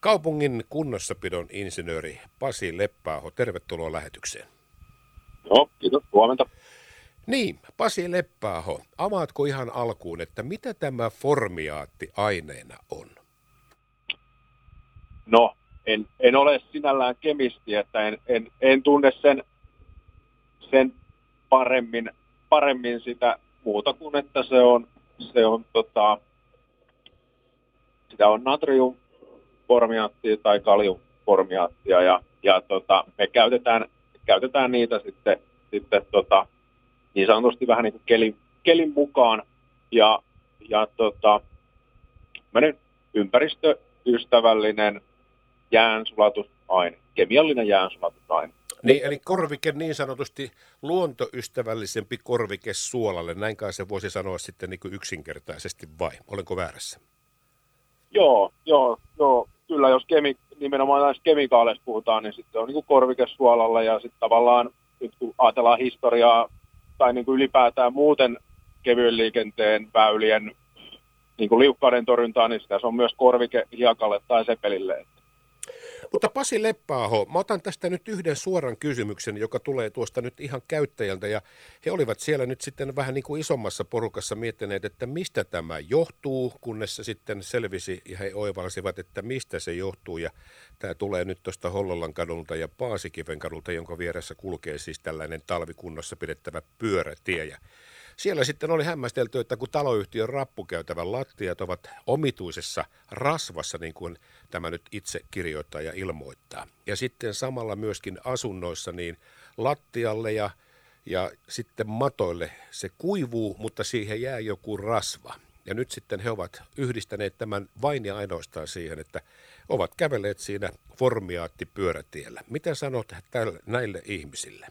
kaupungin kunnossapidon insinööri Pasi Leppäaho. Tervetuloa lähetykseen. Joo, kiitos. Huomenta. Niin, Pasi Leppäaho, avaatko ihan alkuun, että mitä tämä formiaatti aineena on? No, en ole sinällään kemisti, että en tunne sen paremmin sitä muuta kuin, että sitä on natriumformiaattia tai kaliumformiaattia ja me käytetään niitä sitten niin sanotusti vähän niin kuin kelin mukaan ja ympäristöystävällinen jäänsulatusaine, kemiallinen jäänsulatusaine. Niin, eli korvike niin sanotusti luontoystävällisempi korvike suolalle, näin kai se voisi sanoa sitten niin kuin yksinkertaisesti vai, olenko väärässä? Joo, kyllä jos nimenomaan näistä kemikaaleista puhutaan, niin sitten on niin kuin korvike suolalle ja sitten tavallaan nyt kun ajatellaan historiaa tai niin kuin ylipäätään muuten kevyen liikenteen väylien niin kuin liukkauden torjuntaa, niin sitä se on myös korvike hiekalle tai sepelille. Mutta Pasi Leppäaho, mä otan tästä nyt yhden suoran kysymyksen, joka tulee tuosta nyt ihan käyttäjältä, ja he olivat siellä nyt sitten vähän niin kuin isommassa porukassa miettineet, että mistä tämä johtuu, kunnes se sitten selvisi ja he oivalsivat, että mistä se johtuu, ja tämä tulee nyt tuosta Hollolan kadulta ja Paasikiven kadulta, jonka vieressä kulkee siis tällainen talvikunnossa pidettävä pyörätie, ja siellä sitten oli hämmästelty, että kun taloyhtiön rappukäytävän lattiat ovat omituisessa rasvassa, niin kuin tämä nyt itse kirjoittaa ja ilmoittaa. Ja sitten samalla myöskin asunnoissa niin lattialle ja sitten matoille se kuivuu, mutta siihen jää joku rasva. Ja nyt sitten he ovat yhdistäneet tämän vain ja ainoastaan siihen, että ovat kävelleet siinä formiaattipyörätiellä. Mitä sanot näille ihmisille?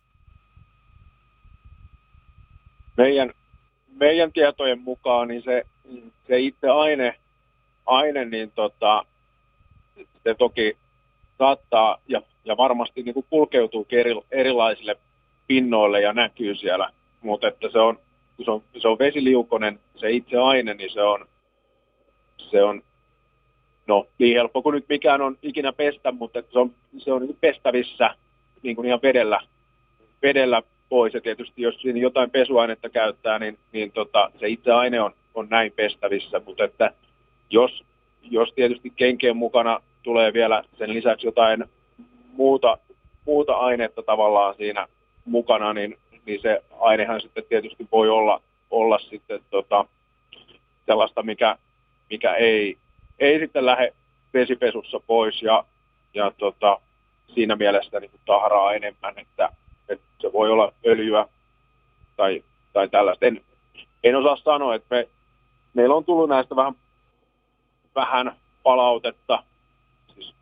Meidän tietojen mukaan niin se itse aine niin se toki saattaa ja varmasti niin kuin kulkeutuu erilaisille pinnoille ja näkyy siellä, mutta että se on vesiliukoinen se itse aine, niin se on no niin helppo kuin nyt mikään on ikinä pestä, mutta että se on niin kuin pestävissä niin kuin ihan vedellä pois, ja tietysti jos siinä jotain pesuainetta käyttää, niin se itse aine on näin pestävissä, mutta että jos tietysti kenkien mukana tulee vielä sen lisäksi jotain muuta ainetta tavallaan siinä mukana, niin se ainehan sitten tietysti voi olla sitten sellaista, mikä ei sitten lähde vesipesussa pois ja siinä mielessä niin kuin tahraa enemmän, että se voi olla öljyä tai tällaista. En osaa sanoa, että meillä on tullut näistä vähän palautetta, siis,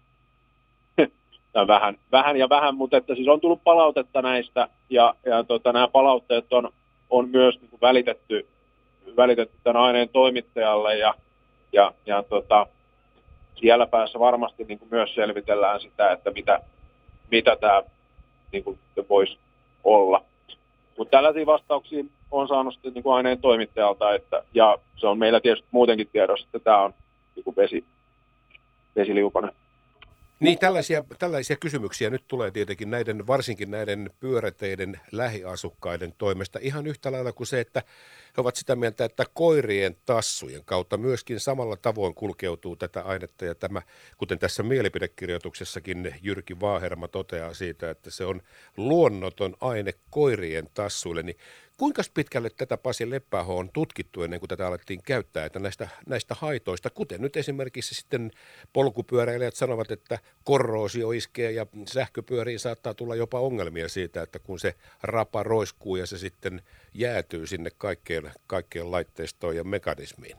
vähän, mutta että siis on tullut palautetta näistä ja nämä palautteet on myös niin kuin välitetty tämän aineen toimittajalle ja siellä päässä varmasti niin kuin myös selvitellään sitä, että mitä tämä niin kuin se voisi olla. Mutta tällaisia vastauksia on saanut sitten niin kuin aineen toimittajalta, ja se on meillä tietysti muutenkin tiedossa, että tämä on niin kuin vesiliukoinen. Niin, tällaisia kysymyksiä nyt tulee tietenkin varsinkin näiden pyöräteiden lähiasukkaiden toimesta ihan yhtä lailla kuin se, että he ovat sitä mieltä, että koirien tassujen kautta myöskin samalla tavoin kulkeutuu tätä ainetta ja tämä, kuten tässä mielipidekirjoituksessakin Jyrki Vaaherma toteaa siitä, että se on luonnoton aine koirien tassuille, niin kuinka pitkälle tätä Pasi Leppäaho on tutkittu ennen kuin tätä alettiin käyttää, että näistä haitoista, kuten nyt esimerkiksi sitten polkupyöräilijät sanovat, että korroosio iskee ja sähköpyöriin saattaa tulla jopa ongelmia siitä, että kun se rapa roiskuu ja se sitten jäätyy sinne kaikkeen laitteistoon ja mekanismiin.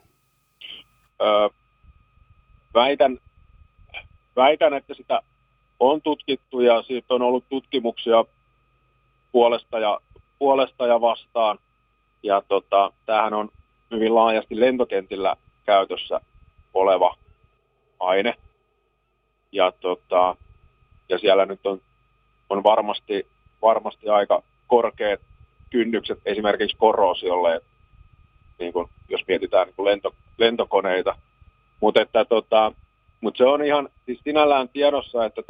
Väitän, että sitä on tutkittu ja siitä on ollut tutkimuksia puolesta ja vastaan. Ja tämähän on hyvin laajasti lentokentillä käytössä oleva aine. Ja siellä nyt on varmasti aika korkeat kynnykset esimerkiksi korroosiolle, niin kun, jos mietitään niin kun lentokoneita. Mutta että Mutta se on ihan siis sinällään tiedossa, että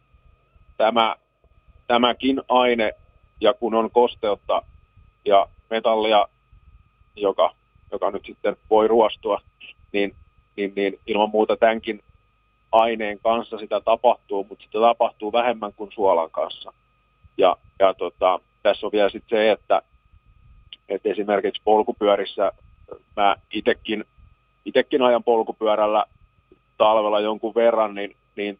tämäkin aine, ja kun on kosteutta ja metallia, joka nyt sitten voi ruostua, niin ilman muuta tämänkin aineen kanssa sitä tapahtuu, mutta sitä tapahtuu vähemmän kuin suolan kanssa. Ja tässä on vielä sitten se, että esimerkiksi polkupyörissä mä itekin ajan polkupyörällä talvella jonkun verran, niin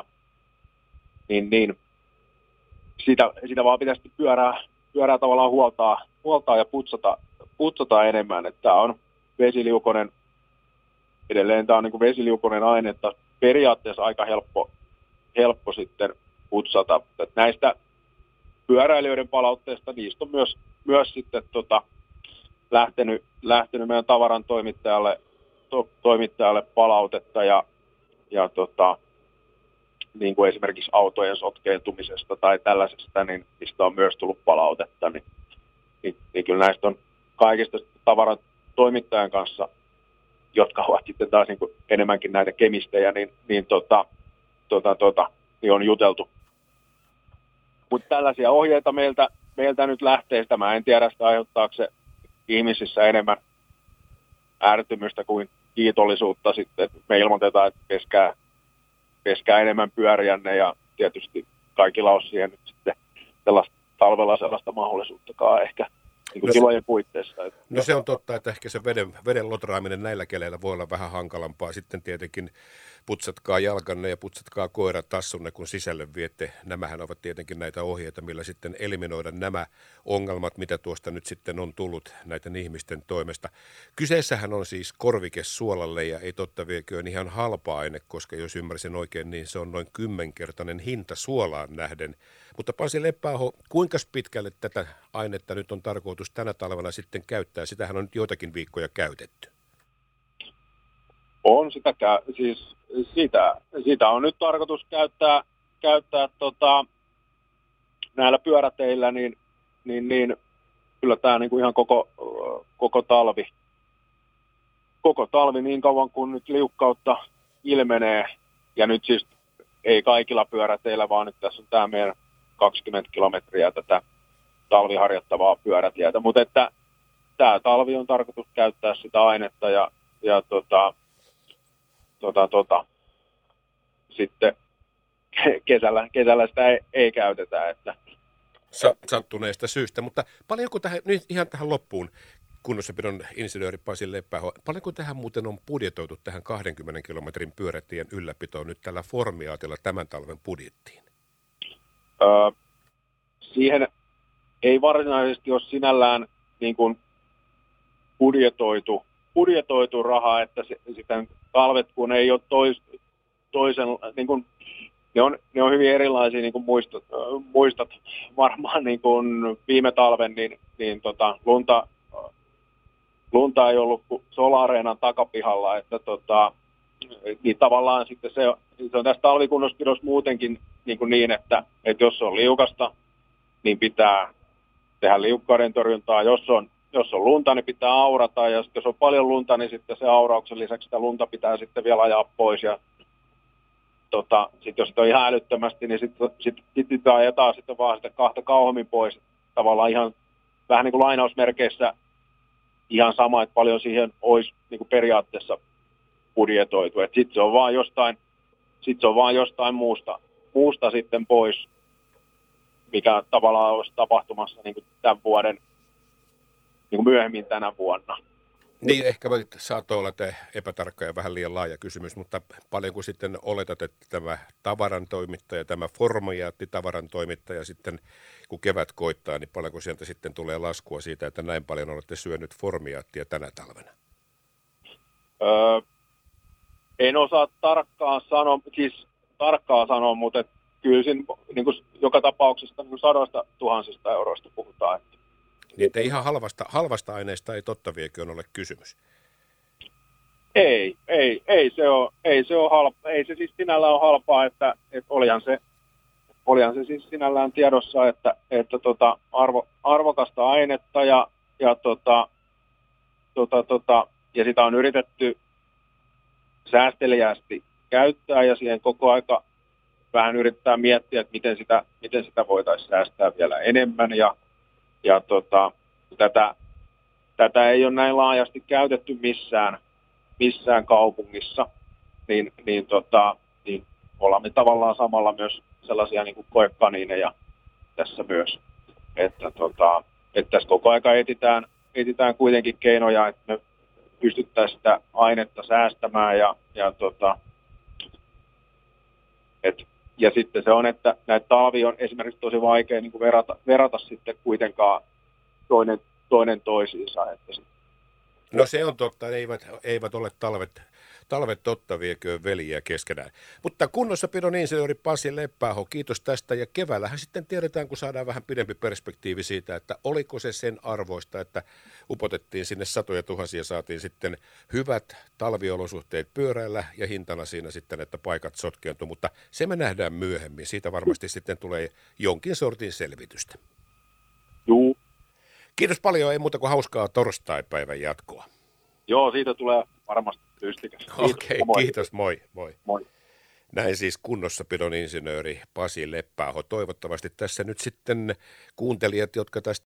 sitä vaan pitäisi pyörää tavallaan huoltaa ja putsata enemmän. Että tämä on vesiliukoinen, edelleen tämä on niin kuin vesiliukoinen aine, että periaatteessa aika helppo sitten putsata. Että näistä pyöräilijöiden palautteista, niistä on myös sitten lähtenyt meidän tavaran toimittajalle palautetta ja niin kuin esimerkiksi autojen sotkeentumisesta tai tällaisesta, niin mistä on myös tullut palautetta, niin kyllä näistä on kaikista tavaran toimittajan kanssa, jotka ovat sitten taas niin kuin enemmänkin näitä kemistejä, niin on juteltu. Mutta tällaisia ohjeita meiltä nyt lähtee, sitä mä en tiedä, sitä aiheuttaako se ihmisissä enemmän ärtymystä kuin kiitollisuutta sitten. Me ilmoitetaan, että peskää enemmän pyöriänne ja tietysti kaikilla on siihen nyt sitten talvella sellaista mahdollisuuttakaan ehkä niin tilojen puitteissa. No se on totta, että ehkä se veden lotraaminen näillä keleillä voi olla vähän hankalampaa. Sitten tietenkin putsatkaa jalkanne ja putsatkaa koiratassunne, kun sisälle viette. Nämähän ovat tietenkin näitä ohjeita, millä sitten eliminoida nämä ongelmat, mitä tuosta nyt sitten on tullut näiden ihmisten toimesta. Kyseessähän on siis korvike suolalle ja ei totta vieköön ihan halpa aine, koska jos ymmärsin oikein, niin se on noin 10-kertainen hinta suolaan nähden. Mutta Pasi Leppäaho, kuinka pitkälle tätä ainetta nyt on tarkoitus tänä talvena sitten käyttää? Sitähän on nyt joitakin viikkoja käytetty. On siis sitä on nyt tarkoitus käyttää näillä pyöräteillä, niin kyllä tämä niin kuin ihan koko talvi niin kauan kuin nyt liukkautta ilmenee, ja nyt siis ei kaikilla pyöräteillä, vaan nyt tässä on tämä meidän 20 kilometriä tätä talviharjoittavaa pyörätietä, mutta että tämä talvi on tarkoitus käyttää sitä ainetta ja sitten kesällä sitä ei käytetä. Että sattuneesta syystä, mutta paljonko tähän, nyt ihan tähän loppuun, kunnossapidon insinööri Pasi Leppäaho, paljonko tähän muuten on budjetoitu tähän 20 kilometrin pyörätien ylläpitoon nyt tällä Formiatilla tämän talven budjettiin? Siihen ei varsinaisesti ole sinällään niin kuin budjetoitu rahaa, että sitä talvet, kun ei ole toisen, niin kuin, ne on hyvin erilaisia, niin kuin muistat varmaan niin kuin viime talven, niin lunta ei ollut Sola-areenan takapihalla, että niin tavallaan sitten se on tässä talvikunnospidossa muutenkin niin, että jos on liukasta, niin pitää tehdä liukkauden torjuntaa. Jos on lunta, niin pitää aurata, ja jos on paljon lunta, niin sitten se aurauksen lisäksi sitä lunta pitää sitten vielä ajaa pois. Ja sitten jos sitä on ihan älyttömästi, niin sitten ajetaan sitten vaan sitä kahta kauemmin pois. Tavallaan ihan vähän niin kuin lainausmerkeissä ihan sama, että paljon siihen olisi niin kuin periaatteessa budjetoitu. Sitten se on vaan jostain muusta sitten pois, mikä tavallaan olisi tapahtumassa niin kuin tämän vuoden niin kuin myöhemmin tänä vuonna. Niin, ehkä saattoi olla epätarkka ja vähän liian laaja kysymys, mutta paljonko sitten oletat, että tämä tavarantoimittaja, tämä Formiaatti-tavarantoimittaja sitten, kun kevät koittaa, niin paljonko sieltä sitten tulee laskua siitä, että näin paljon olette syönyt Formiaattia tänä talvena? En osaa tarkkaan sanoa, mutta kyllä siinä, niin kuin joka tapauksessa niin 100 000 euroista puhutaan. Niin, että ihan halvasta aineesta ei totta vieköön ole kysymys. Ei se ole halpa. Ei se siis sinällään ole halpaa, että olihan se siis sinällään tiedossa, että arvokasta ainetta ja sitä on yritetty säästeliäästi käyttää ja siihen koko aika vähän yrittää miettiä, että miten sitä voitaisiin säästää vielä enemmän ja tätä ei ole näin laajasti käytetty missään kaupungissa, niin ollaan me tavallaan samalla myös sellaisia niin kuin koekaniineja tässä myös, että tässä koko aika etsitään kuitenkin keinoja, että me pystyttäisiin sitä ainetta säästämään ja sitten se on, että näitä talvia on esimerkiksi tosi vaikea niin kuin verrata sitten kuitenkaan toinen toisiinsa. No se on totta, eivät ole talvet totta, vieköön veljiä keskenään. Mutta kunnossapidon insinööri Pasi Leppäaho, kiitos tästä. Ja keväällähän sitten tiedetään, kun saadaan vähän pidempi perspektiivi siitä, että oliko se sen arvoista, että upotettiin sinne satoja tuhansia, saatiin sitten hyvät talviolosuhteet pyöräillä ja hintana siinä sitten, että paikat sotkeentuu. Mutta se me nähdään myöhemmin. Siitä varmasti sitten tulee jonkin sortin selvitystä. Juu. Kiitos paljon, ei muuta kuin hauskaa torstaipäivän jatkoa. Joo, siitä tulee varmasti ystikäs. Okei, kiitos, moi. Moi. Näin siis kunnossapidon insinööri Pasi Leppäaho. Toivottavasti tässä nyt sitten kuuntelijat, jotka tästä